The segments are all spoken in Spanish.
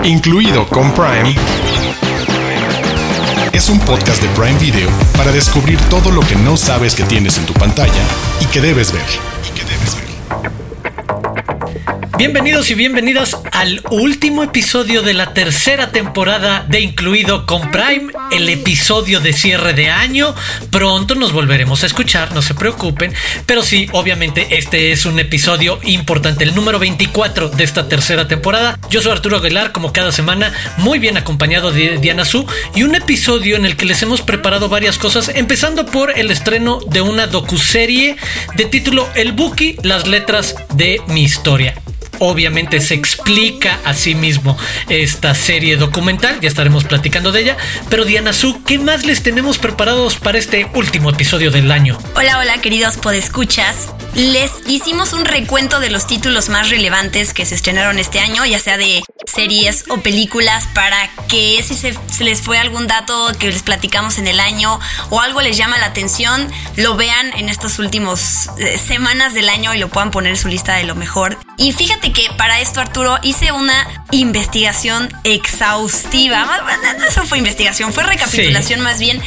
Incluido con Prime, es un podcast de Prime Video para descubrir todo lo que no sabes que tienes en tu pantalla y que debes ver. Bienvenidos y bienvenidas al último episodio de la tercera temporada de Incluido con Prime, el episodio de cierre de año. Pronto nos volveremos a escuchar, no se preocupen, pero sí, obviamente este es un episodio importante, el número 24 de esta tercera temporada. Yo soy Arturo Aguilar, como cada semana, muy bien acompañado de Diana Su, y un episodio en el que les hemos preparado varias cosas, empezando por el estreno de una docuserie de título El Buki, las letras de mi historia. Obviamente se explica a sí mismo esta serie documental, ya estaremos platicando de ella. Pero Diana Su, ¿qué más les tenemos preparados para este último episodio del año? Hola queridos podescuchas. Les hicimos un recuento de los títulos más relevantes que se estrenaron este año, ya sea de series o películas, para que si se les fue algún dato que les platicamos en el año o algo les llama la atención, lo vean en estas últimas semanas del año y lo puedan poner en su lista de lo mejor. Y fíjate que para esto, Arturo, hice una investigación exhaustiva. No, eso fue investigación, fue recapitulación, sí. Más bien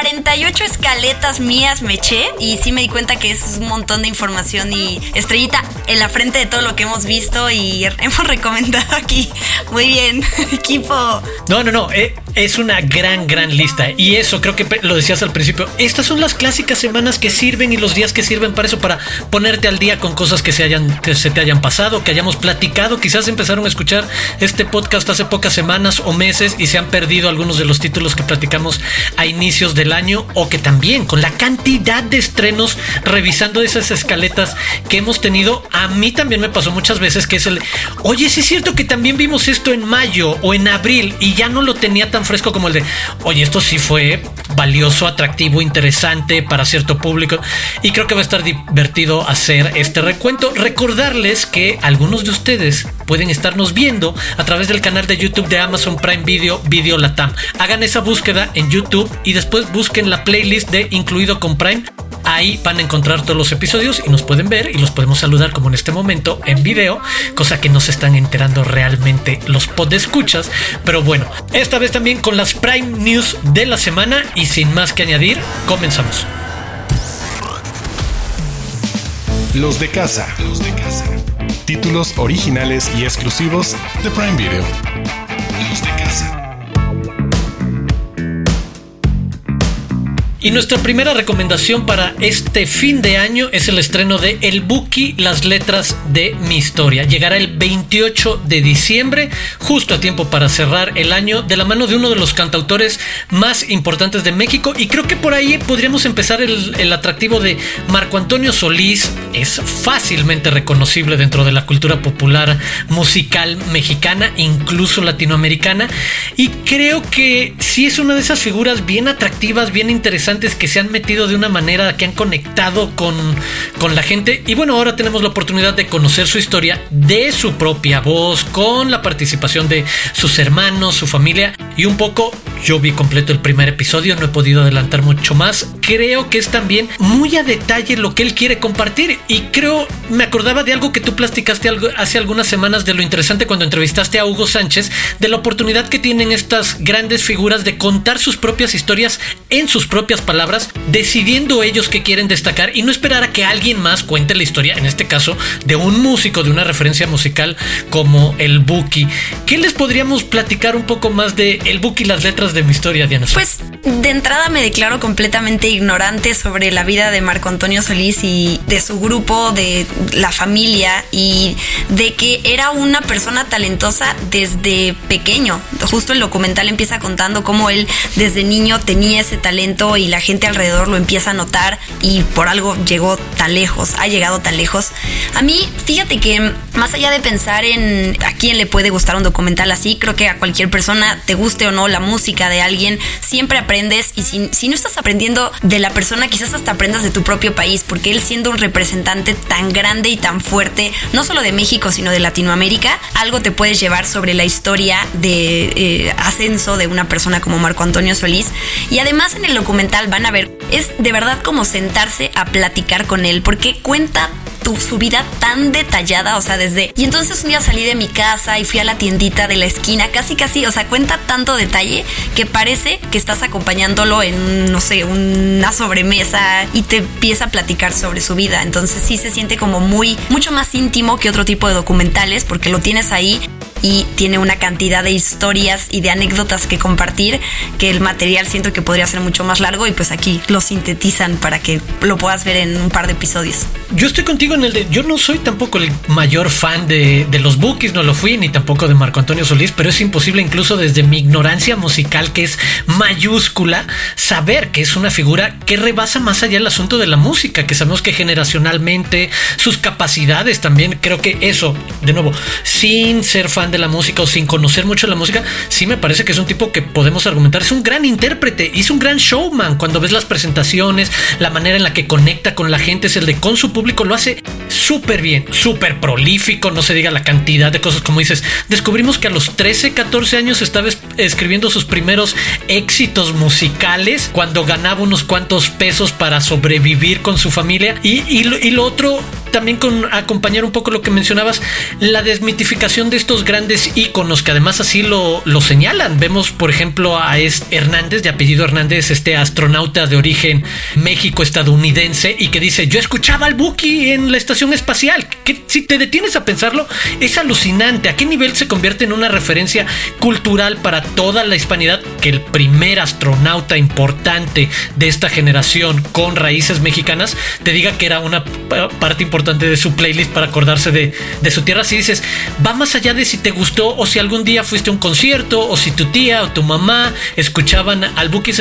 48 escaletas mías me eché y sí me di cuenta que es un montón de información y estrellita en la frente de todo lo que hemos visto y hemos recomendado aquí. Muy bien, equipo. No, es una gran lista. Y eso, creo que lo decías al principio, estas son las clásicas semanas que sirven y los días que sirven para eso, para ponerte al día con cosas que se te hayan pasado, que hayamos platicado. Quizás empezaron a escuchar este podcast hace pocas semanas o meses y se han perdido algunos de los títulos que platicamos a inicios del año, o que también con la cantidad de estrenos, revisando esas escaletas que hemos tenido, a mí también me pasó muchas veces que es oye, sí es cierto que también vimos esto en mayo o en abril, y ya no lo tenía tan fresco como el de, oye, esto sí fue valioso, atractivo, interesante para cierto público. Y creo que va a estar divertido hacer este recuento. Recordarles que algunos de ustedes pueden estarnos viendo a través del canal de YouTube de Amazon Prime Video, Video Latam. Hagan esa búsqueda en YouTube y después busquen la playlist de Incluido con Prime. Ahí van a encontrar todos los episodios y nos pueden ver y los podemos saludar como en este momento en video, cosa que no se están enterando realmente los podescuchas. Pero bueno, esta vez también con las Prime News de la semana, y sin más que añadir, comenzamos. Los de casa. Títulos originales y exclusivos de Prime Video. Los de casa. Y nuestra primera recomendación para este fin de año es el estreno de El Buki, las letras de mi historia. Llegará el 28 de diciembre, justo a tiempo para cerrar el año, de la mano de uno de los cantautores más importantes de México. Y creo que por ahí podríamos empezar el atractivo de Marco Antonio Solís. Es fácilmente reconocible dentro de la cultura popular musical mexicana, incluso latinoamericana. Y creo que sí es una de esas figuras bien atractivas, bien interesantes, que se han metido de una manera que han conectado con la gente. Y bueno, ahora tenemos la oportunidad de conocer su historia de su propia voz, con la participación de sus hermanos, su familia. Y un poco, yo vi completo el primer episodio, no he podido adelantar mucho más. Creo que es también muy a detalle lo que él quiere compartir. Y creo, me acordaba de algo que tú platicaste hace algunas semanas, de lo interesante cuando entrevistaste a Hugo Sánchez, de la oportunidad que tienen estas grandes figuras de contar sus propias historias en sus propias palabras, decidiendo ellos qué quieren destacar y no esperar a que alguien más cuente la historia, en este caso de un músico, de una referencia musical como El Buki. ¿Qué les podríamos platicar un poco más de El Buki, las letras de mi historia, Diana? Pues de entrada me declaro completamente ignorante sobre la vida de Marco Antonio Solís y de su grupo, de la familia, y de que era una persona talentosa desde pequeño. Justo el documental empieza contando cómo él desde niño tenía ese talento y la gente alrededor lo empieza a notar, y por algo llegó tan lejos, ha llegado tan lejos. A mí, fíjate que más allá de pensar en a quién le puede gustar un documental así, creo que a cualquier persona, te guste o no la música de alguien, siempre aprendes, y si no estás aprendiendo de la persona, quizás hasta aprendas de tu propio país, porque él, siendo un representante tan grande y tan fuerte, no solo de México, sino de Latinoamérica, algo te puedes llevar sobre la historia de ascenso de una persona como Marco Antonio Solís. Y además en el documental van a ver, es de verdad como sentarse a platicar con él, porque cuenta su vida tan detallada, o sea, y entonces un día salí de mi casa y fui a la tiendita de la esquina, casi, o sea, cuenta tanto detalle que parece que estás acompañándolo en, no sé, una sobremesa y te empieza a platicar sobre su vida. Entonces sí se siente como mucho más íntimo que otro tipo de documentales, porque lo tienes ahí y tiene una cantidad de historias y de anécdotas que compartir, que el material siento que podría ser mucho más largo, y pues aquí lo sintetizan para que lo puedas ver en un par de episodios. Yo estoy contigo en yo no soy tampoco el mayor fan de los Bukis, no lo fui, ni tampoco de Marco Antonio Solís, pero es imposible, incluso desde mi ignorancia musical, que es mayúscula, saber que es una figura que rebasa más allá el asunto de la música, que sabemos que generacionalmente sus capacidades también, creo que eso, de nuevo, sin ser fan de la música o sin conocer mucho la música, sí me parece que es un tipo que podemos argumentar, es un gran intérprete, es un gran showman. Cuando ves las presentaciones, la manera en la que conecta con la gente, es el de con su público, lo hace súper bien, súper prolífico, no se diga la cantidad de cosas. Como dices, descubrimos que a los 13, 14 años estaba escribiendo sus primeros éxitos musicales cuando ganaba unos cuantos pesos para sobrevivir con su familia, y lo otro también, con acompañar un poco lo que mencionabas, la desmitificación de estos grandes íconos, que además así lo señalan. Vemos, por ejemplo, a Hernández, de apellido Hernández, astronauta de origen México-estadounidense, y que dice: yo escuchaba al Buki en la estación espacial. Que si te detienes a pensarlo, es alucinante a qué nivel se convierte en una referencia cultural para toda la hispanidad, que el primer astronauta importante de esta generación con raíces mexicanas te diga que era una parte importante de su playlist para acordarse de su tierra. Si dices, va más allá de si te gustó o si algún día fuiste a un concierto o si tu tía o tu mamá escuchaban al Buki.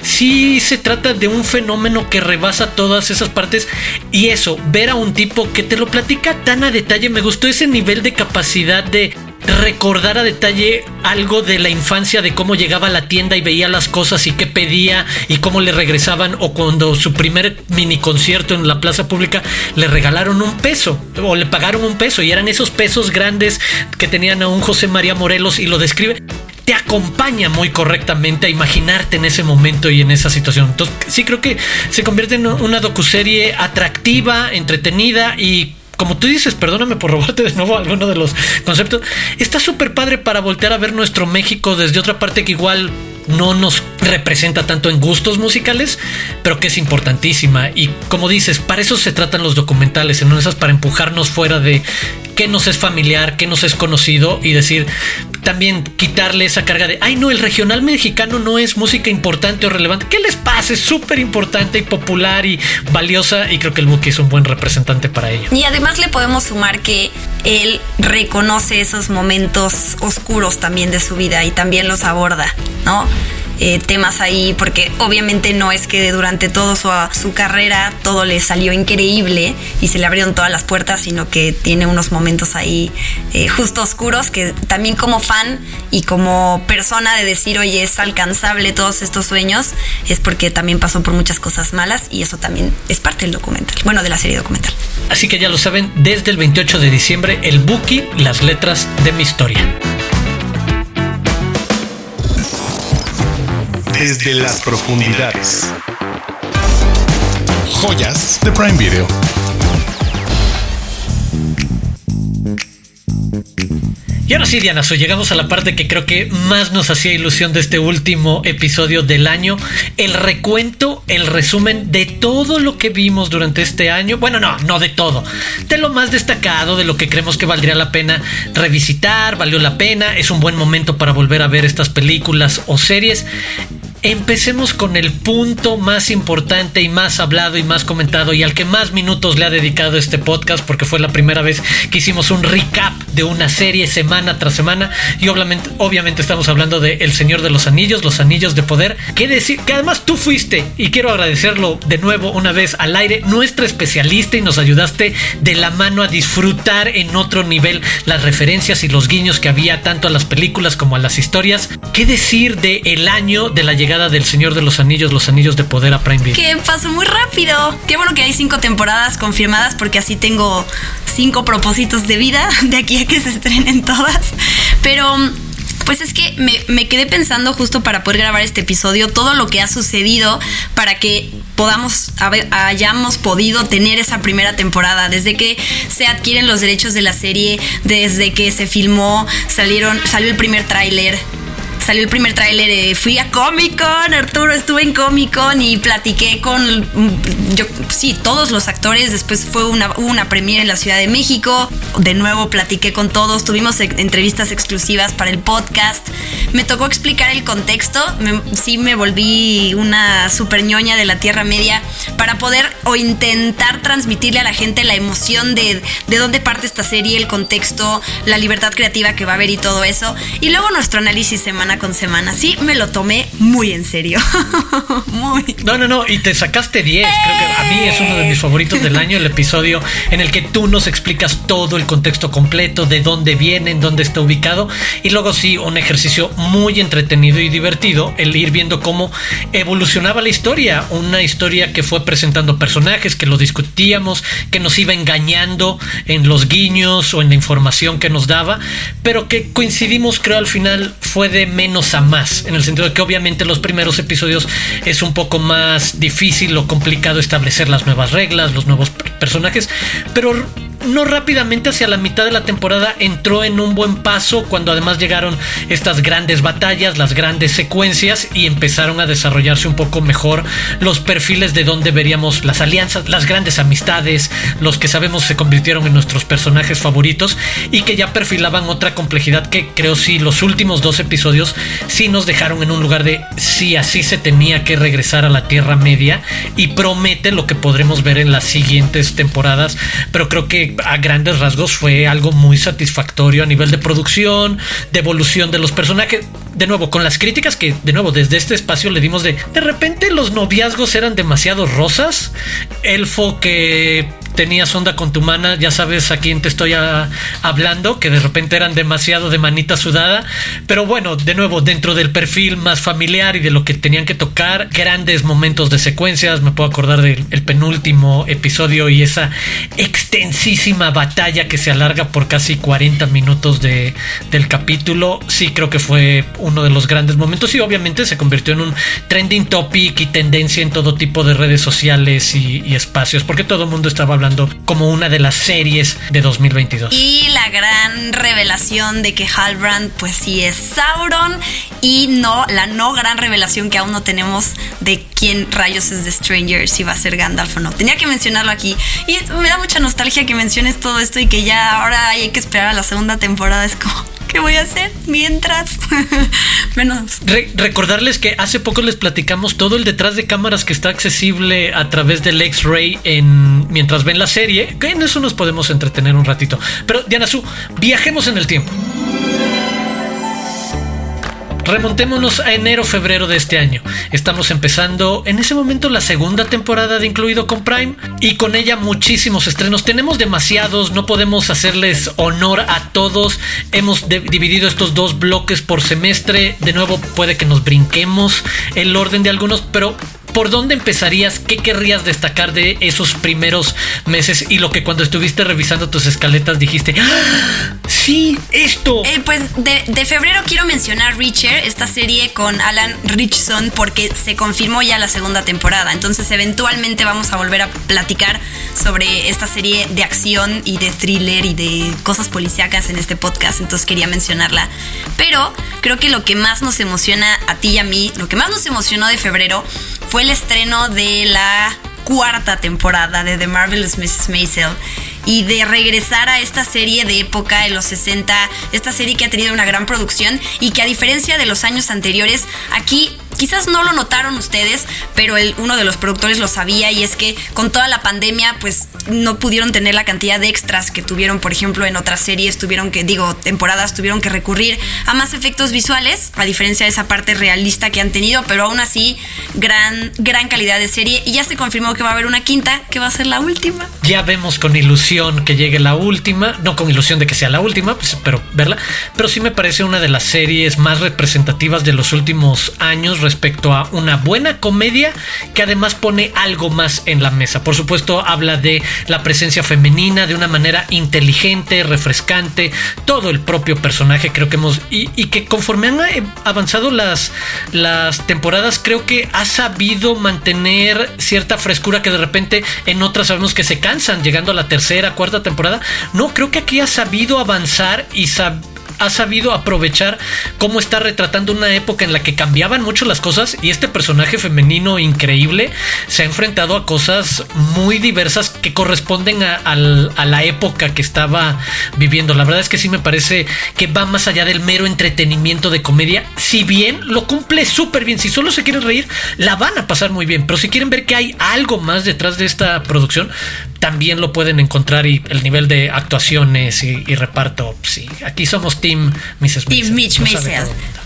Sí se trata de un fenómeno que rebasa todas esas partes, y eso, ver a un tipo que te lo platica tan a detalle, me gustó ese nivel de capacidad de recordar a detalle algo de la infancia, de cómo llegaba a la tienda y veía las cosas y qué pedía y cómo le regresaban, o cuando su primer mini concierto en la plaza pública le regalaron $1 o le pagaron $1, y eran esos pesos grandes que tenían a un José María Morelos, y lo describe. Te acompaña muy correctamente a imaginarte en ese momento y en esa situación. Entonces sí creo que se convierte en una docuserie atractiva, entretenida, y como tú dices, perdóname por robarte de nuevo alguno de los conceptos, está súper padre para voltear a ver nuestro México desde otra parte que igual no nos representa tanto en gustos musicales, pero que es importantísima. Y como dices, para eso se tratan los documentales, en esas, para empujarnos fuera de qué nos es familiar, qué nos es conocido, y decir, también quitarle esa carga de, ay no, el regional mexicano no es música importante o relevante. ¿Qué les pasa? Es súper importante y popular y valiosa, y creo que el Buki es un buen representante para ello. Y además le podemos sumar que él reconoce esos momentos oscuros también de su vida y también los aborda, ¿no? Temas ahí, porque obviamente no es que durante toda su carrera todo le salió increíble y se le abrieron todas las puertas, sino que tiene unos momentos ahí justo oscuros, que también como fan y como persona de decir, oye, es alcanzable todos estos sueños, es porque también pasó por muchas cosas malas, y eso también es parte del documental, bueno, de la serie documental. Así que ya lo saben, desde el 28 de diciembre, el Buki, las letras de mi historia. Desde las profundidades. Joyas de Prime Video. Y ahora sí, Diana, llegamos a la parte que creo que más nos hacía ilusión de este último episodio del año. El recuento, el resumen de todo lo que vimos durante este año. Bueno, no de todo. De lo más destacado, de lo que creemos que valdría la pena revisitar, valió la pena. Es un buen momento para volver a ver estas películas o series. Empecemos con el punto más importante y más hablado y más comentado, y al que más minutos le ha dedicado este podcast, porque fue la primera vez que hicimos un recap de una serie semana tras semana. Y obviamente estamos hablando de El Señor de los Anillos, Los Anillos de Poder. Qué decir, que además tú fuiste, y quiero agradecerlo de nuevo una vez al aire, nuestra especialista, y nos ayudaste de la mano a disfrutar en otro nivel las referencias y los guiños que había tanto a las películas como a las historias. Qué decir de el año de la llegada del Señor de los Anillos, Los Anillos de Poder a Prime Video. Que pasó muy rápido. Qué bueno que hay 5 temporadas confirmadas, porque así tengo 5 propósitos de vida de aquí a que se estrenen todas. Pero Pues es que me quedé pensando justo para poder grabar este episodio todo lo que ha sucedido para que hayamos podido tener esa primera temporada. Desde que se adquieren los derechos de la serie, desde que se filmó, salió el primer tráiler. Fui a Comic Con, Arturo, estuve en Comic Con y platiqué con todos los actores. Después hubo una premiere en la Ciudad de México. De nuevo platiqué con todos, tuvimos entrevistas exclusivas para el podcast. Me tocó explicar el contexto. Me volví una super ñoña de la Tierra Media para poder o intentar transmitirle a la gente la emoción de dónde parte esta serie, el contexto, la libertad creativa que va a haber y todo eso. Y luego nuestro análisis semana con semana. Sí, me lo tomé muy en serio. Muy. No, y te sacaste 10. Creo que a mí es uno de mis favoritos del año, el episodio en el que tú nos explicas todo el contexto completo, de dónde vienen, dónde está ubicado, y luego sí, un ejercicio muy entretenido y divertido, el ir viendo cómo evolucionaba la historia, una historia que fue presentando personajes, que lo discutíamos, que nos iba engañando en los guiños o en la información que nos daba, pero que coincidimos, creo, al final fue de menos a más, en el sentido de que obviamente los primeros episodios es un poco más difícil o complicado establecer las nuevas reglas, los nuevos personajes, pero no rápidamente, hacia la mitad de la temporada entró en un buen paso, cuando además llegaron estas grandes batallas, las grandes secuencias, y empezaron a desarrollarse un poco mejor los perfiles de donde veríamos las alianzas, las grandes amistades, los que sabemos se convirtieron en nuestros personajes favoritos y que ya perfilaban otra complejidad que creo sí los últimos 2 episodios sí nos dejaron en un lugar de sí, así se tenía que regresar a la Tierra Media, y promete lo que podremos ver en las siguientes temporadas, pero creo que a grandes rasgos fue algo muy satisfactorio a nivel de producción, de evolución de los personajes. De nuevo, con las críticas que, de nuevo, desde este espacio le dimos de repente los noviazgos eran demasiado rosas. Elfo que tenías onda con tu mana, ya sabes a quién te estoy hablando, que de repente eran demasiado de manita sudada, pero bueno, de nuevo, dentro del perfil más familiar y de lo que tenían que tocar, grandes momentos de secuencias. Me puedo acordar del penúltimo episodio y esa extensísima batalla que se alarga por casi 40 minutos del capítulo. Sí, creo que fue uno de los grandes momentos, y obviamente se convirtió en un trending topic y tendencia en todo tipo de redes sociales y espacios, porque todo el mundo estaba hablando como una de las series de 2022. Y la gran revelación de que Halbrand pues sí es Sauron, y la no gran revelación que aún no tenemos de quién rayos es The Stranger, si va a ser Gandalf o no. Tenía que mencionarlo aquí, y me da mucha nostalgia que menciones todo esto y que ya ahora hay que esperar a la segunda temporada. Es como, ¿qué voy a hacer mientras? Menos. Recordarles que hace poco les platicamos todo el detrás de cámaras que está accesible a través del X-Ray mientras ven la serie, que en eso nos podemos entretener un ratito. Pero Diana Su, viajemos en el tiempo. Remontémonos a enero-febrero de este año. Estamos empezando en ese momento la segunda temporada de Incluido con Prime, y con ella muchísimos estrenos. Tenemos demasiados, no podemos hacerles honor a todos. Hemos dividido estos 2 bloques por semestre. De nuevo, puede que nos brinquemos el orden de algunos, pero ¿por dónde empezarías? ¿Qué querrías destacar de esos primeros meses y lo que cuando estuviste revisando tus escaletas dijiste, ¡ah, sí, esto! Pues de febrero quiero mencionar Reacher, esta serie con Alan Ritchson, porque se confirmó ya la segunda temporada. Entonces eventualmente vamos a volver a platicar sobre esta serie de acción y de thriller y de cosas policíacas en este podcast. Entonces quería mencionarla. Pero creo que lo que más nos emociona a ti y a mí, lo que más nos emocionó de febrero fue el estreno de la 4ª temporada de The Marvelous Mrs. Maisel, y de regresar a esta serie de época de los 60, esta serie que ha tenido una gran producción y que, a diferencia de los años anteriores, aquí quizás no lo notaron ustedes, pero uno de los productores lo sabía, y es que con toda la pandemia pues no pudieron tener la cantidad de extras que tuvieron, por ejemplo, en otras series. Temporadas tuvieron que recurrir a más efectos visuales, a diferencia de esa parte realista que han tenido, pero aún así gran calidad de serie. Y ya se confirmó que va a haber una 5ª, que va a ser la última. Ya vemos con ilusión ilusión que llegue la última, no con ilusión de que sea la última, pues, pero verla. Pero sí me parece una de las series más representativas de los últimos años respecto a una buena comedia que además pone algo más en la mesa. Por supuesto, habla de la presencia femenina de una manera inteligente, refrescante, todo el propio personaje, creo que y que conforme han avanzado las temporadas, creo que ha sabido mantener cierta frescura que de repente en otras sabemos que se cansan llegando a la tercera, cuarta temporada. No, creo que aquí ha sabido avanzar y ha sabido aprovechar cómo está retratando una época en la que cambiaban mucho las cosas, y este personaje femenino increíble se ha enfrentado a cosas muy diversas que corresponden a la época que estaba viviendo. La verdad es que sí me parece que va más allá del mero entretenimiento de comedia, si bien lo cumple súper bien. Si solo se quieren reír, la van a pasar muy bien, pero si quieren ver que hay algo más detrás de esta producción, también lo pueden encontrar, y el nivel de actuaciones y reparto, sí, aquí somos Team Mrs. Team Mitch Maisel.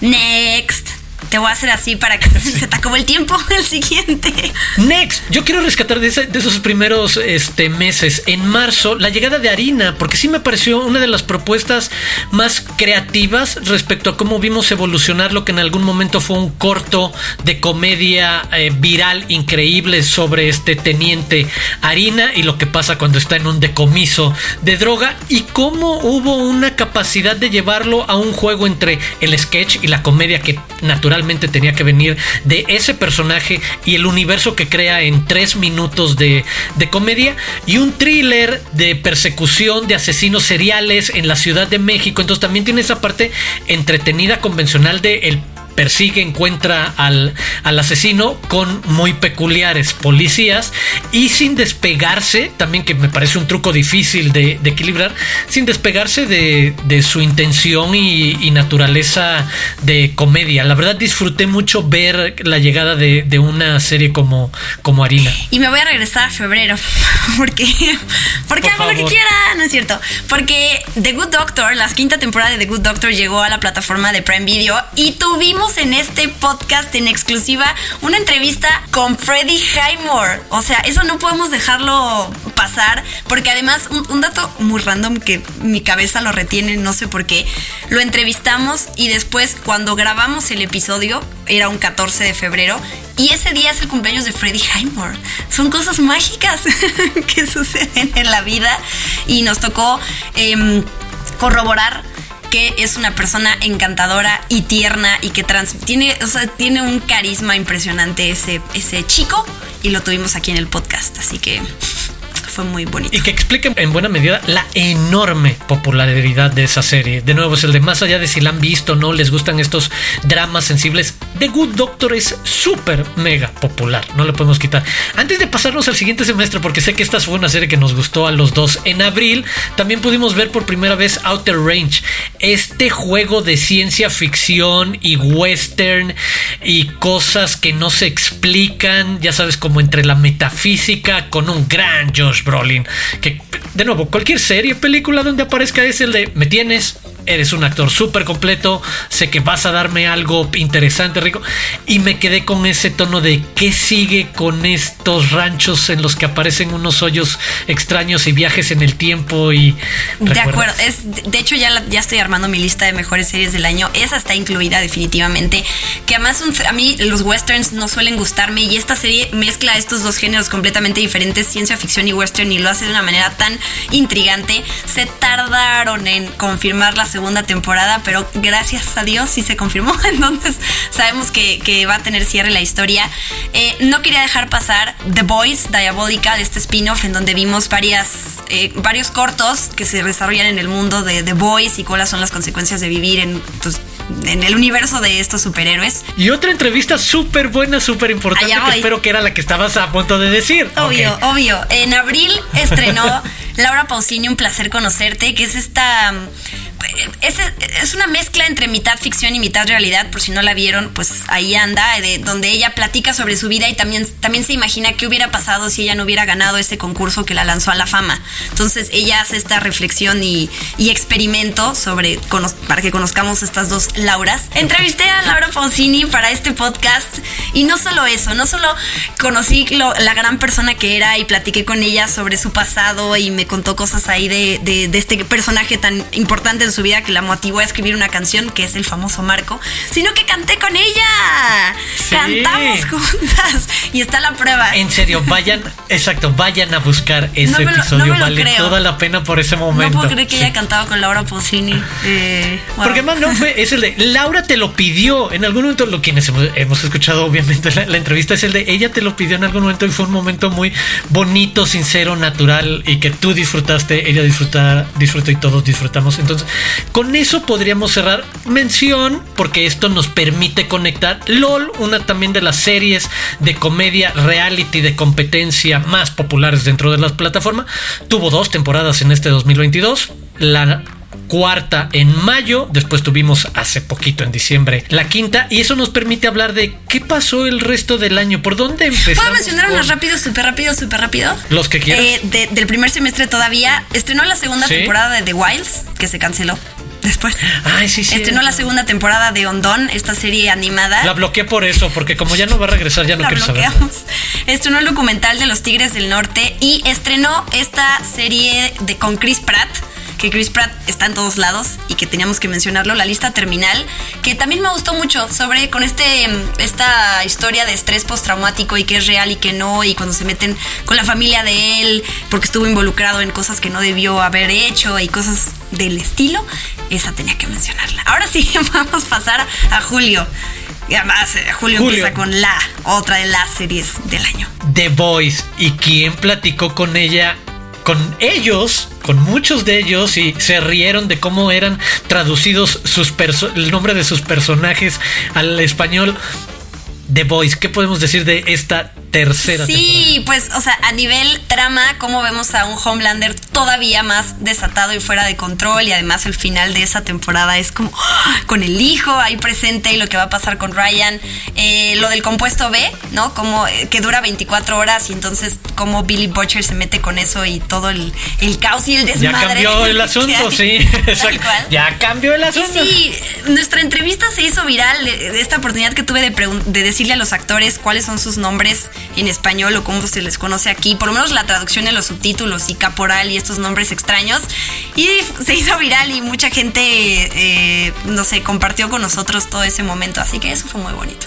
Next. Te voy a hacer así para que se te acabó el tiempo. El siguiente. Next. Yo quiero rescatar de esos primeros meses. En marzo, la llegada de Harina, porque sí me pareció una de las propuestas más creativas respecto a cómo vimos evolucionar lo que en algún momento fue un corto de comedia viral increíble sobre este teniente Harina y lo que pasa cuando está en un decomiso de droga, y cómo hubo una capacidad de llevarlo a un juego entre el sketch y la comedia que naturalmente tenía que venir de ese personaje y el universo que crea en 3 minutos de comedia, y un thriller de persecución de asesinos seriales en la Ciudad de México. Entonces también tiene esa parte entretenida convencional de el persigue, encuentra al asesino con muy peculiares policías, y sin despegarse, también que me parece un truco difícil de equilibrar, sin despegarse de su intención y naturaleza de comedia. La verdad disfruté mucho ver la llegada de una serie como Harina. Y me voy a regresar a febrero porque hago lo que quiera, no es cierto, porque The Good Doctor, la 5ª temporada de The Good Doctor llegó a la plataforma de Prime Video, y tuvimos en este podcast en exclusiva una entrevista con Freddie Highmore. O sea, eso no podemos dejarlo pasar, porque además un dato muy random que mi cabeza lo retiene, no sé por qué, lo entrevistamos y después cuando grabamos el episodio era un 14 de febrero y ese día es el cumpleaños de Freddie Highmore. Son cosas mágicas que suceden en la vida, y nos tocó corroborar que es una persona encantadora y tierna y que tiene un carisma impresionante ese chico, y lo tuvimos aquí en el podcast, así que fue muy bonito. Y que explique en buena medida la enorme popularidad de esa serie. De nuevo, es el de más allá de si la han visto o no, les gustan estos dramas sensibles. The Good Doctor es súper mega popular, no le podemos quitar. Antes de pasarnos al siguiente semestre, porque sé que esta fue una serie que nos gustó a los dos, en abril también pudimos ver por primera vez Outer Range, este juego de ciencia ficción y western y cosas que no se explican, ya sabes, como entre la metafísica con un gran Josh Brolin, que de nuevo, cualquier serie, película donde aparezca es el de me tienes, eres un actor súper completo, sé que vas a darme algo interesante, rico, y me quedé con ese tono de qué sigue con estos ranchos en los que aparecen unos hoyos extraños y viajes en el tiempo. Y de acuerdo, de hecho ya estoy armando mi lista de mejores series del año, esa está incluida definitivamente, que además a mí los westerns no suelen gustarme, y esta serie mezcla estos dos géneros completamente diferentes, ciencia ficción y western, y lo hace de una manera tan intrigante. Se tardaron en confirmar la segunda temporada, pero gracias a Dios sí se confirmó, entonces sabemos que va a tener cierre la historia. No quería dejar pasar The Boys, Diabólica, de este spin-off en donde vimos varios cortos que se desarrollan en el mundo de The Boys y cuáles son las consecuencias de vivir en el universo de estos superhéroes. Y otra entrevista súper buena, súper importante, que espero que era la que estabas a punto de decir. Obvio. En abril estrenó Laura Pausini, Un placer conocerte, que es esta es una mezcla entre mitad ficción y mitad realidad. Por si no la vieron, pues ahí anda, donde ella platica sobre su vida y también se imagina qué hubiera pasado si ella no hubiera ganado ese concurso que la lanzó a la fama. Entonces ella hace esta reflexión y experimento para que conozcamos estas dos Lauras. Entrevisté a Laura Pausini para este podcast y no solo eso, no solo conocí la gran persona que era y platiqué con ella sobre su pasado y me contó cosas ahí de este personaje tan importante en su vida que la motivó a escribir una canción que es el famoso Marco, sino que canté con ella. Sí. Cantamos juntas y está la prueba. En serio, vayan a buscar ese episodio. No vale creo. Toda la pena por ese momento. No puedo creer que haya cantado con Laura Pausini. Wow. Porque más es el de Laura te lo pidió en algún momento. Quienes hemos escuchado obviamente la entrevista, es el de ella te lo pidió en algún momento y fue un momento muy bonito, sincero, natural y que tú disfrutaste, ella disfrutó y todos disfrutamos. Entonces con eso podríamos cerrar mención, porque esto nos permite conectar LOL, una también de las series de comedia reality de competencia más populares dentro de las plataformas. Tuvo 2 temporadas en este 2022, la 4ª en mayo, después tuvimos hace poquito en diciembre la 5ª, y eso nos permite hablar de qué pasó el resto del año, por dónde empezamos. ¿Puedo mencionar unos súper rápido? Los que quieras. Del primer semestre todavía, estrenó la segunda temporada de The Wilds, que se canceló después. Ay, sí. Estrenó la segunda temporada de Ondón, esta serie animada. La bloqueé por eso, porque como ya no va a regresar, ya no quiero saber. Estrenó el documental de los Tigres del Norte y estrenó esta serie con Chris Pratt, que Chris Pratt está en todos lados y que teníamos que mencionarlo, La Lista Terminal, que también me gustó mucho con esta historia de estrés postraumático y que es real y que no, y cuando se meten con la familia de él porque estuvo involucrado en cosas que no debió haber hecho y cosas del estilo. Esa tenía que mencionarla. Ahora sí, vamos a pasar a Julio. Y además, Julio empieza con otra de las series del año. The Boys. ¿Y quién platicó con ella? Con ellos, con muchos de ellos, y se rieron de cómo eran traducidos el nombre de sus personajes al español. The Boys, ¿qué podemos decir de esta tercera temporada? Sí, pues, o sea, a nivel trama, cómo vemos a un Homelander todavía más desatado y fuera de control, y además el final de esa temporada es como con el hijo ahí presente y lo que va a pasar con Ryan, lo del compuesto B, ¿no? Como que dura 24 horas y entonces cómo Billy Butcher se mete con eso y todo el caos y el desmadre. Ya cambió el asunto, sí. Ya cambió el asunto. Sí, nuestra entrevista se hizo viral, esta oportunidad que tuve de decirle a los actores cuáles son sus nombres en español o cómo se les conoce aquí, por lo menos la traducción en los subtítulos y caporal y estos nombres extraños, y se hizo viral y mucha gente compartió con nosotros todo ese momento, así que eso fue muy bonito.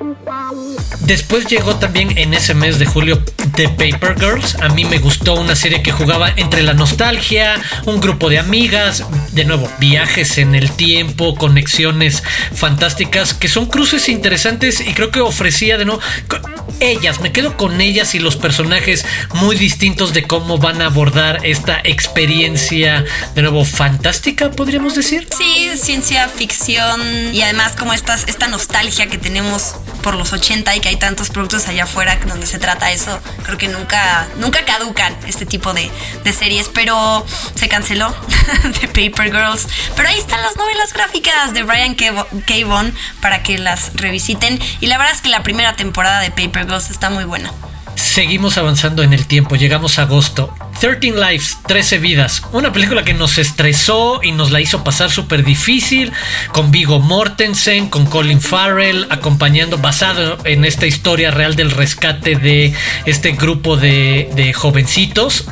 Después llegó también en ese mes de julio The Paper Girls. A mí me gustó, una serie que jugaba entre la nostalgia, un grupo de amigas, de nuevo, viajes en el tiempo, conexiones fantásticas, que son cruces interesantes, y creo que ofrecía de nuevo me quedo con ellas y los personajes muy distintos de cómo van a abordar esta experiencia, de nuevo, fantástica, podríamos decir. Sí, ciencia ficción, y además como esta nostalgia que tenemos por los 80 y que hay tantos productos allá afuera donde se trata eso. Creo que nunca caducan este tipo de series, pero se canceló The Paper Girls. Pero ahí están las novelas gráficas de Brian K. Vaughan para que las revisiten, y la verdad es que la primera temporada de Paper Girls está muy buena. Seguimos avanzando en el tiempo, llegamos a agosto. 13 Lives, 13 vidas, una película que nos estresó y nos la hizo pasar súper difícil, con Viggo Mortensen, con Colin Farrell, basado en esta historia real del rescate de este grupo de jovencitos.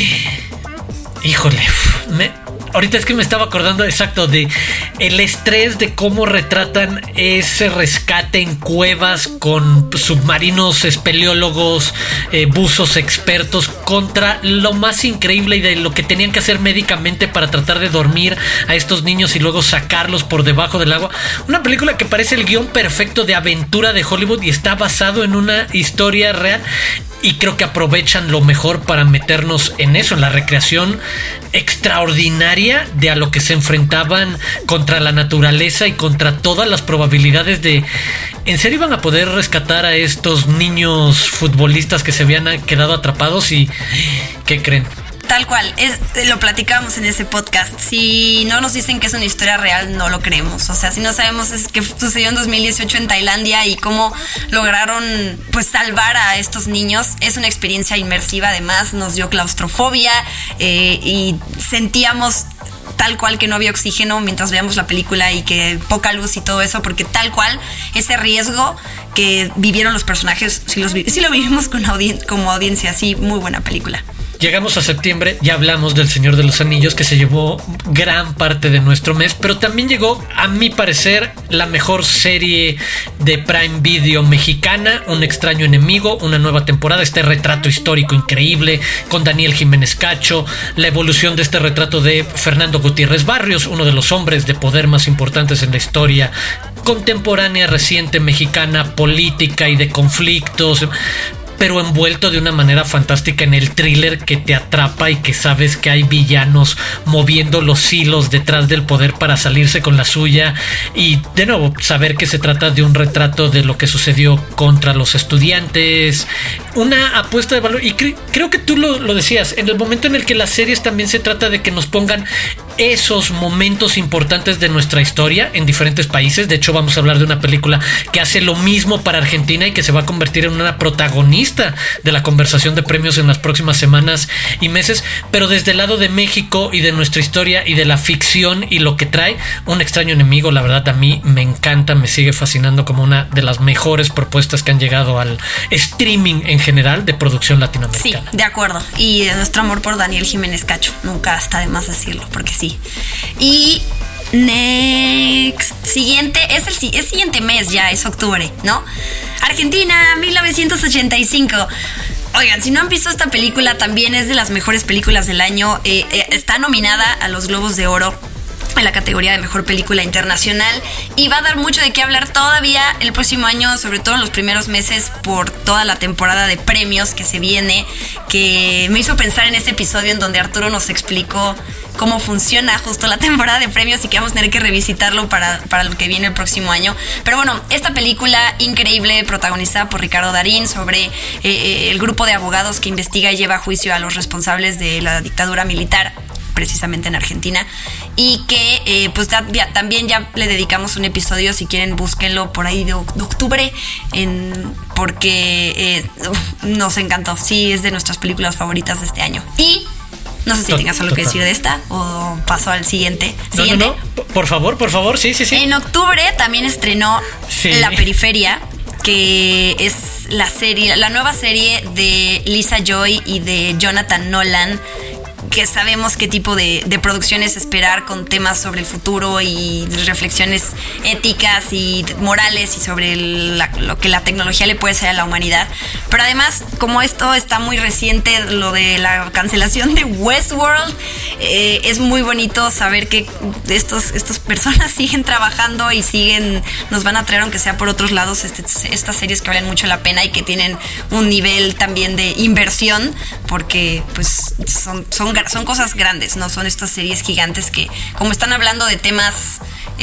Híjole, ahorita es que me estaba acordando exacto de el estrés de cómo retratan ese rescate en cuevas con submarinos, espeleólogos, buzos expertos, contra lo más increíble y de lo que tenían que hacer médicamente para tratar de dormir a estos niños y luego sacarlos por debajo del agua. Una película que parece el guión perfecto de aventura de Hollywood y está basado en una historia real. Y creo que aprovechan lo mejor para meternos en eso, en la recreación extraordinaria de a lo que se enfrentaban contra la naturaleza y contra todas las probabilidades de... ¿En serio iban a poder rescatar a estos niños futbolistas que se habían quedado atrapados? ¿Y qué creen? Tal cual, lo platicamos en ese podcast. Si no nos dicen que es una historia real, no lo creemos. O sea, si no sabemos qué sucedió en 2018 en Tailandia y cómo lograron pues salvar a estos niños, es una experiencia inmersiva. Además, nos dio claustrofobia y sentíamos tal cual que no había oxígeno mientras veíamos la película y que poca luz y todo eso, porque tal cual ese riesgo que vivieron los personajes, sí lo vivimos como audiencia. Sí, muy buena película. Llegamos a septiembre, ya hablamos del Señor de los Anillos, que se llevó gran parte de nuestro mes, pero también llegó, a mi parecer, la mejor serie de Prime Video mexicana, Un extraño enemigo, una nueva temporada, este retrato histórico increíble con Daniel Jiménez Cacho, la evolución de este retrato de Fernando Gutiérrez Barrios, uno de los hombres de poder más importantes en la historia contemporánea, reciente, mexicana, política y de conflictos, pero envuelto de una manera fantástica en el thriller que te atrapa y que sabes que hay villanos moviendo los hilos detrás del poder para salirse con la suya, y de nuevo saber que se trata de un retrato de lo que sucedió contra los estudiantes, una apuesta de valor. Y creo que tú lo decías, en el momento en el que las series también se trata de que nos pongan esos momentos importantes de nuestra historia en diferentes países. De hecho, vamos a hablar de una película que hace lo mismo para Argentina y que se va a convertir en una protagonista de la conversación de premios en las próximas semanas y meses. Pero desde el lado de México y de nuestra historia y de la ficción y lo que trae Un extraño enemigo, la verdad a mí me encanta, me sigue fascinando como una de las mejores propuestas que han llegado al streaming en general de producción latinoamericana. Sí, de acuerdo. Y de nuestro amor por Daniel Jiménez Cacho, nunca está de más decirlo, porque sí. Y siguiente, es siguiente mes ya, es octubre, ¿no? Argentina, 1985. Oigan, si no han visto esta película, también es de las mejores películas del año. Está nominada a los Globos de Oro en la categoría de Mejor Película Internacional y va a dar mucho de qué hablar todavía el próximo año, sobre todo en los primeros meses, por toda la temporada de premios que se viene, que me hizo pensar en ese episodio en donde Arturo nos explicó cómo funciona justo la temporada de premios y que vamos a tener que revisitarlo para lo que viene el próximo año. Pero bueno, esta película increíble, protagonizada por Ricardo Darín, sobre el grupo de abogados que investiga y lleva a juicio a los responsables de la dictadura militar, precisamente en Argentina, y que pues también ya le dedicamos un episodio, si quieren búsquenlo por ahí de octubre, porque nos encantó. Sí, es de nuestras películas favoritas de este año. Y no sé si tengas algo que decir de esta o paso al siguiente. No, por favor, sí. En octubre también estrenó La Periferia, que es la nueva serie de Lisa Joy y de Jonathan Nolan, que sabemos qué tipo de producciones esperar, con temas sobre el futuro y reflexiones éticas y morales y sobre lo que la tecnología le puede hacer a la humanidad. Pero además, como esto está muy reciente, lo de la cancelación de Westworld, es muy bonito saber que estas personas siguen trabajando y nos van a traer, aunque sea por otros lados, estas series que valen mucho la pena y que tienen un nivel también de inversión, porque pues son cosas grandes, no son estas series gigantes que, como están hablando de temas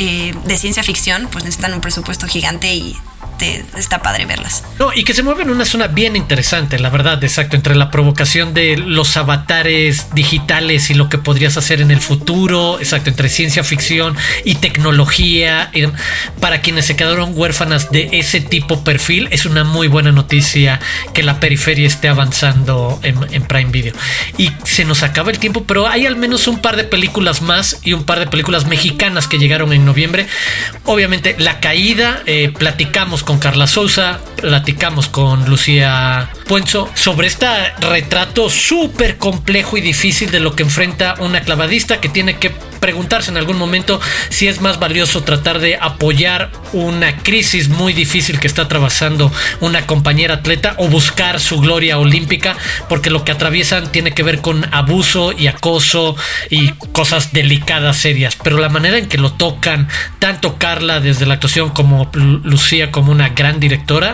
de ciencia ficción, pues necesitan un presupuesto gigante y está padre verlas. No, y que se mueven en una zona bien interesante, la verdad, exacto, entre la provocación de los avatares digitales y lo que podrías hacer en el futuro, exacto, entre ciencia ficción y tecnología. Para quienes se quedaron huérfanas de ese tipo perfil, es una muy buena noticia que La Periferia esté avanzando en Prime Video. Y se nos acaba el tiempo, pero hay al menos un par de películas más y un par de películas mexicanas que llegaron en noviembre. Obviamente, La Caída, platicamos con Carla Souza, platicamos con Lucía Puenzo sobre este retrato súper complejo y difícil de lo que enfrenta una clavadista que tiene que preguntarse en algún momento si es más valioso tratar de apoyar una crisis muy difícil que está atravesando una compañera atleta o buscar su gloria olímpica, porque lo que atraviesan tiene que ver con abuso y acoso y cosas delicadas, serias. Pero la manera en que lo tocan, tanto Carla desde la actuación como Lucía como una gran directora,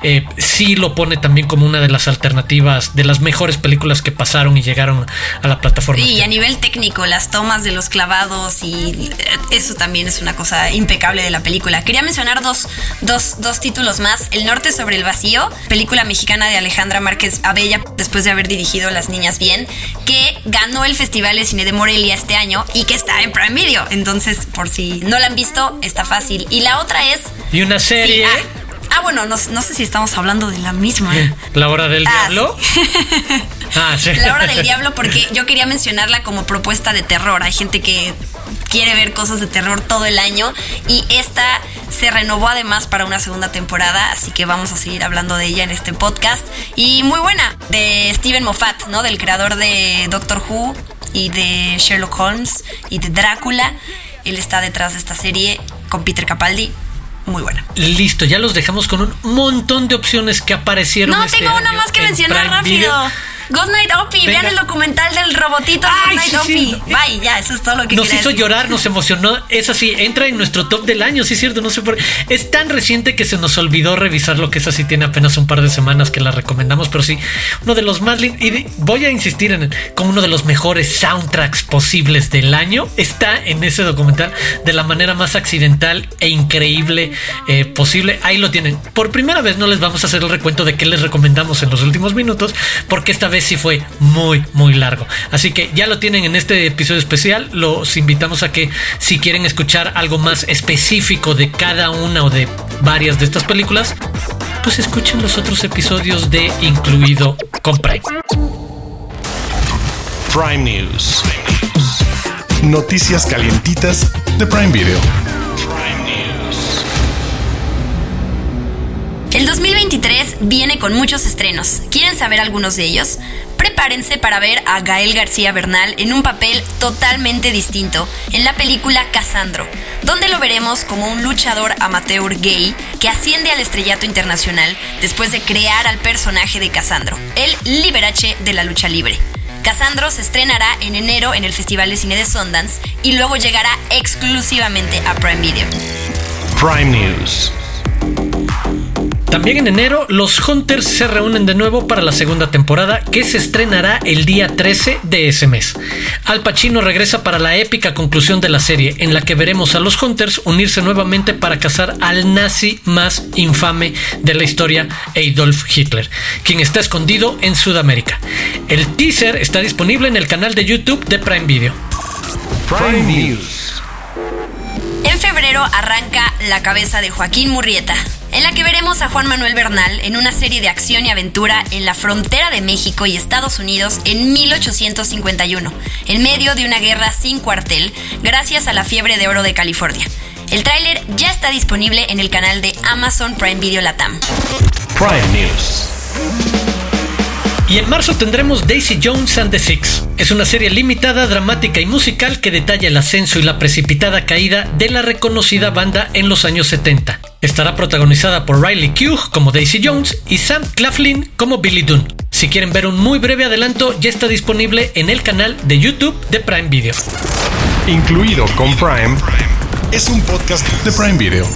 sí lo pone también como una de las alternativas, de las mejores películas que pasaron y llegaron a la plataforma. Y a nivel técnico, las tomas de los clavados grabados, y eso también es una cosa impecable de la película. Quería mencionar dos títulos más. El norte sobre el vacío, película mexicana de Alejandra Márquez Abella, después de haber dirigido Las niñas bien, que ganó el Festival de Cine de Morelia este año y que está en Prime Video. Entonces, por si no la han visto, está fácil. Y la otra es... ¿Y una serie? Sí, bueno, no sé si estamos hablando de la misma. ¿La hora del diablo? Sí. Sí. La hora del diablo, porque yo quería mencionarla como propuesta de terror. Hay gente que quiere ver cosas de terror todo el año, y esta se renovó además para una segunda temporada, así que vamos a seguir hablando de ella en este podcast. Y muy buena, de Steven Moffat, ¿no? Del creador de Doctor Who y de Sherlock Holmes y de Drácula. Él está detrás de esta serie con Peter Capaldi. Muy buena. Listo, ya los dejamos con un montón de opciones que aparecieron. No, tengo una más que mencionar rápido. Goodnight Opie, vean el documental del robotito Goodnight Opie. Bye, ya, eso es todo lo que nos hizo decir. Llorar, nos emocionó. Es así, entra en nuestro top del año, sí es cierto, no sé por qué. Es tan reciente que se nos olvidó revisar lo que es así, tiene apenas un par de semanas que la recomendamos, pero sí, uno de los más lindos, y voy a insistir como uno de los mejores soundtracks posibles del año, está en ese documental de la manera más accidental e increíble posible. Ahí lo tienen. Por primera vez no les vamos a hacer el recuento de qué les recomendamos en los últimos minutos, porque esta vez sí fue muy, muy largo. Así que ya lo tienen en este episodio especial. Los invitamos a que, si quieren escuchar algo más específico de cada una o de varias de estas películas, pues escuchen los otros episodios de Incluido con Prime. Prime News. Noticias calientitas de Prime Video. El 2023 viene con muchos estrenos. ¿Quieren saber algunos de ellos? Prepárense para ver a Gael García Bernal en un papel totalmente distinto en la película Casandro, donde lo veremos como un luchador amateur gay que asciende al estrellato internacional después de crear al personaje de Casandro, el Liberace de la lucha libre. Casandro se estrenará en enero en el Festival de Cine de Sundance y luego llegará exclusivamente a Prime Video. Prime News. También en enero, los Hunters se reúnen de nuevo para la segunda temporada, que se estrenará el día 13 de ese mes. Al Pacino regresa para la épica conclusión de la serie, en la que veremos a los Hunters unirse nuevamente para cazar al nazi más infame de la historia, Adolf Hitler, quien está escondido en Sudamérica. El teaser está disponible en el canal de YouTube de Prime Video. Prime News. En febrero arranca La cabeza de Joaquín Murrieta, en la que veremos a Juan Manuel Bernal en una serie de acción y aventura en la frontera de México y Estados Unidos en 1851, en medio de una guerra sin cuartel, gracias a la fiebre de oro de California. El tráiler ya está disponible en el canal de Amazon Prime Video Latam. Prime News. Y en marzo tendremos Daisy Jones and the Six. Es una serie limitada, dramática y musical que detalla el ascenso y la precipitada caída de la reconocida banda en los años 70. Estará protagonizada por Riley Keough como Daisy Jones y Sam Claflin como Billy Dunn. Si quieren ver un muy breve adelanto, ya está disponible en el canal de YouTube de Prime Video. Incluido con Prime es un podcast de Prime Video.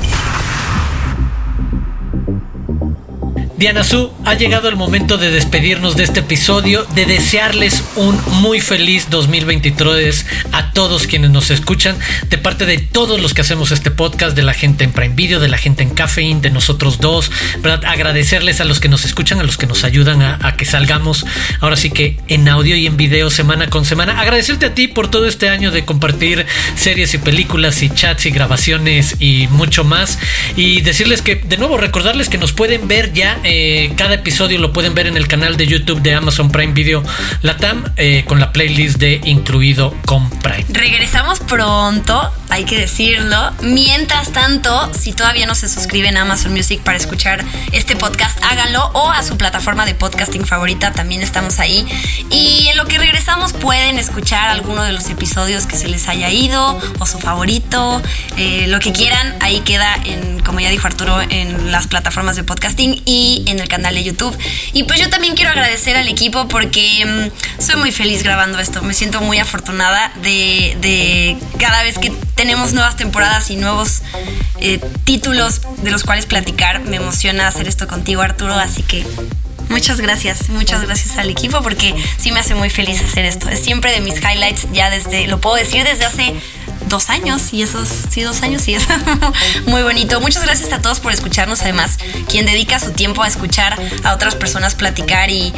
Diana Su, ha llegado el momento de despedirnos de este episodio, de desearles un muy feliz 2023 a todos quienes nos escuchan, de parte de todos los que hacemos este podcast, de la gente en Prime Video, de la gente en Caffeine, de nosotros dos, ¿verdad? Agradecerles a los que nos escuchan, a los que nos ayudan a que salgamos ahora sí que en audio y en video semana con semana. Agradecerte a ti por todo este año de compartir series y películas y chats y grabaciones y mucho más, y decirles que, de nuevo, recordarles que nos pueden ver ya. Cada episodio lo pueden ver en el canal de YouTube de Amazon Prime Video Latam, con la playlist de Incluido con Prime. Regresamos pronto, hay que decirlo. Mientras tanto, si todavía no se suscriben a Amazon Music para escuchar este podcast, háganlo, o a su plataforma de podcasting favorita, también estamos ahí. Y en lo que regresamos pueden escuchar alguno de los episodios que se les haya ido, o su favorito, lo que quieran. Ahí queda, como ya dijo Arturo, en las plataformas de podcasting y en el canal de YouTube. Y pues yo también quiero agradecer al equipo, porque soy muy feliz grabando esto. Me siento muy afortunada de cada vez que tenemos nuevas temporadas y nuevos títulos de los cuales platicar. Me emociona hacer esto contigo, Arturo, así que Muchas gracias al equipo, porque sí me hace muy feliz hacer esto. Es siempre de mis highlights, ya lo puedo decir desde hace 2 años, y esos sí, 2 años, y es muy bonito. Muchas gracias a todos por escucharnos. Además, quien dedica su tiempo a escuchar a otras personas platicar y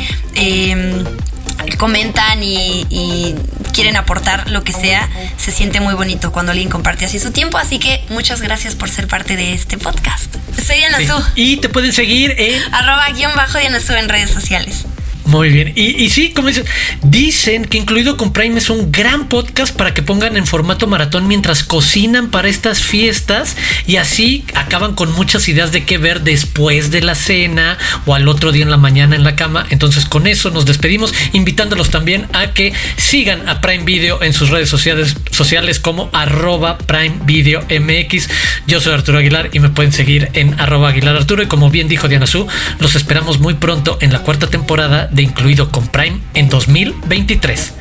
comentan y quieren aportar lo que sea, se siente muy bonito cuando alguien comparte así su tiempo. Así que muchas gracias por ser parte de este podcast. Soy Diana Su. Y te pueden seguir en @_Diana Su en redes sociales. Muy bien. Y sí, como dicen que Incluido con Prime es un gran podcast para que pongan en formato maratón mientras cocinan para estas fiestas, y así acaban con muchas ideas de qué ver después de la cena o al otro día en la mañana en la cama. Entonces, con eso nos despedimos, invitándolos también a que sigan a Prime Video en sus redes sociales como @Prime Video MX. Yo soy Arturo Aguilar y me pueden seguir en @AguilarArturo, y como bien dijo Diana Su, los esperamos muy pronto en la 4ª temporada de Incluido con Prime en 2023.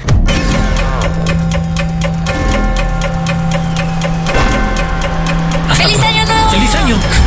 ¡Feliz año nuevo! ¡Feliz año!